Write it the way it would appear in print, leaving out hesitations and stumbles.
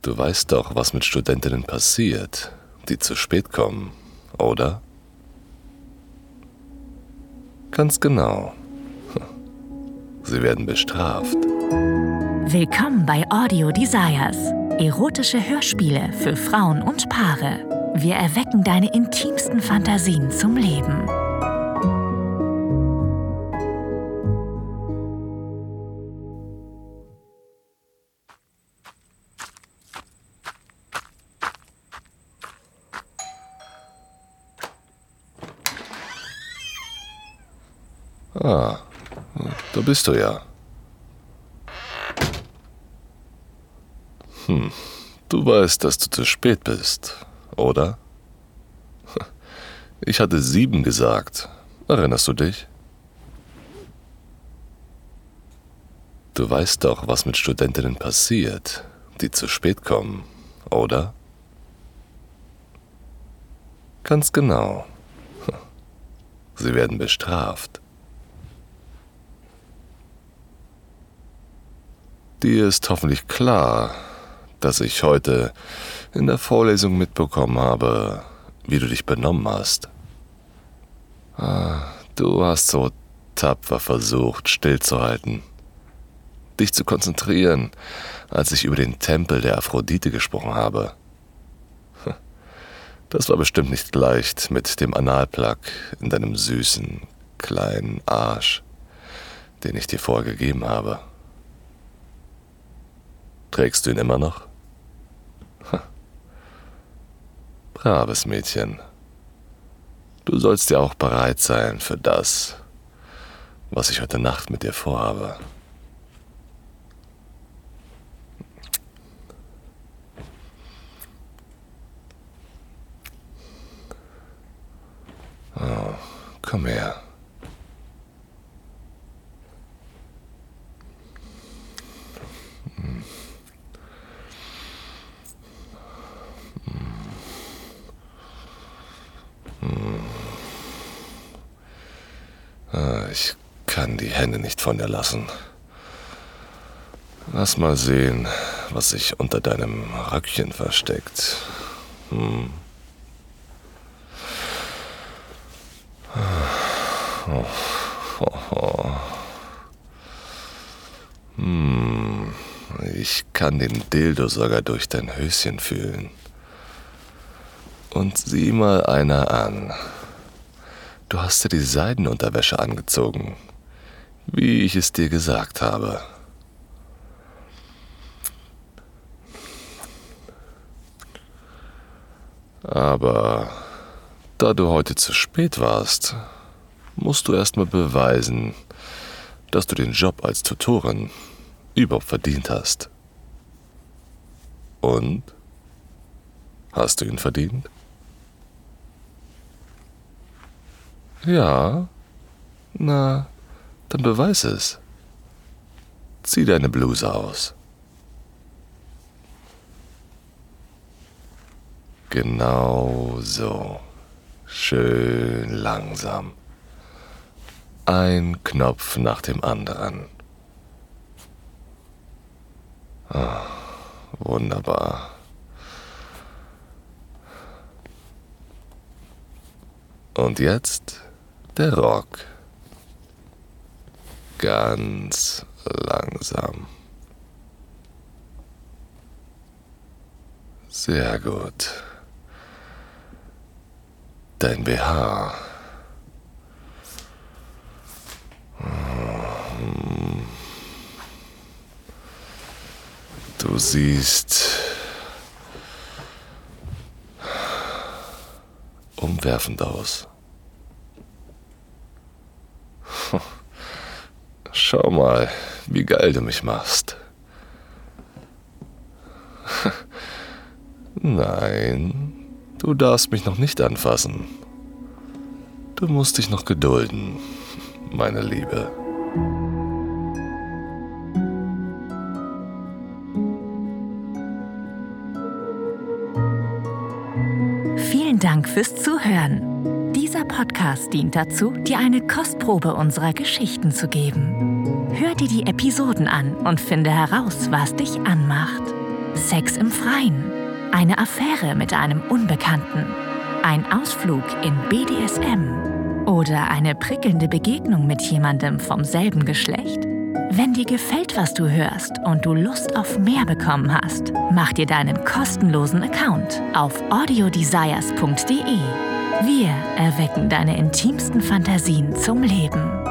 Du weißt doch, was mit Studentinnen passiert, die zu spät kommen, oder? Ganz genau. Sie werden bestraft. Willkommen bei Audio Desires. Erotische Hörspiele für Frauen und Paare. Wir erwecken deine intimsten Fantasien zum Leben. Ah, da bist du ja. Du weißt, dass du zu spät bist, oder? Ich hatte 7 gesagt. Erinnerst du dich? Du weißt doch, was mit Studentinnen passiert, die zu spät kommen, oder? Ganz genau. Sie werden bestraft. Dir ist hoffentlich klar, dass ich heute in der Vorlesung mitbekommen habe, wie du dich benommen hast. Du hast so tapfer versucht, stillzuhalten, dich zu konzentrieren, als ich über den Tempel der Aphrodite gesprochen habe. Das war bestimmt nicht leicht mit dem Analplug in deinem süßen, kleinen Arsch, den ich dir vorher gegeben habe. Trägst du ihn immer noch? Braves Mädchen. Du sollst ja auch bereit sein für das, was ich heute Nacht mit dir vorhabe. Oh, komm her. Ich kann die Hände nicht von dir lassen. Lass mal sehen, was sich unter deinem Röckchen versteckt. Ich kann den Dildo sogar durch dein Höschen fühlen. Und sieh mal einer an. Du hast dir die Seidenunterwäsche angezogen, wie ich es dir gesagt habe. Aber da du heute zu spät warst, musst du erstmal beweisen, dass du den Job als Tutorin überhaupt verdient hast. Und? Hast du ihn verdient? Ja? Na, dann beweis es. Zieh deine Bluse aus. Genau so. Schön langsam. Ein Knopf nach dem anderen. Wunderbar. Und jetzt der Rock. Ganz langsam. Sehr gut. Dein BH. Du siehst umwerfend aus. Schau mal, wie geil du mich machst. Nein, du darfst mich noch nicht anfassen. Du musst dich noch gedulden, meine Liebe. Vielen Dank fürs Zuhören. Dieser Podcast dient dazu, dir eine Kostprobe unserer Geschichten zu geben. Hör dir die Episoden an und finde heraus, was dich anmacht. Sex im Freien, eine Affäre mit einem Unbekannten, ein Ausflug in BDSM oder eine prickelnde Begegnung mit jemandem vom selben Geschlecht? Wenn dir gefällt, was du hörst und du Lust auf mehr bekommen hast, mach dir deinen kostenlosen Account auf audiodesires.de. Wir erwecken deine intimsten Fantasien zum Leben.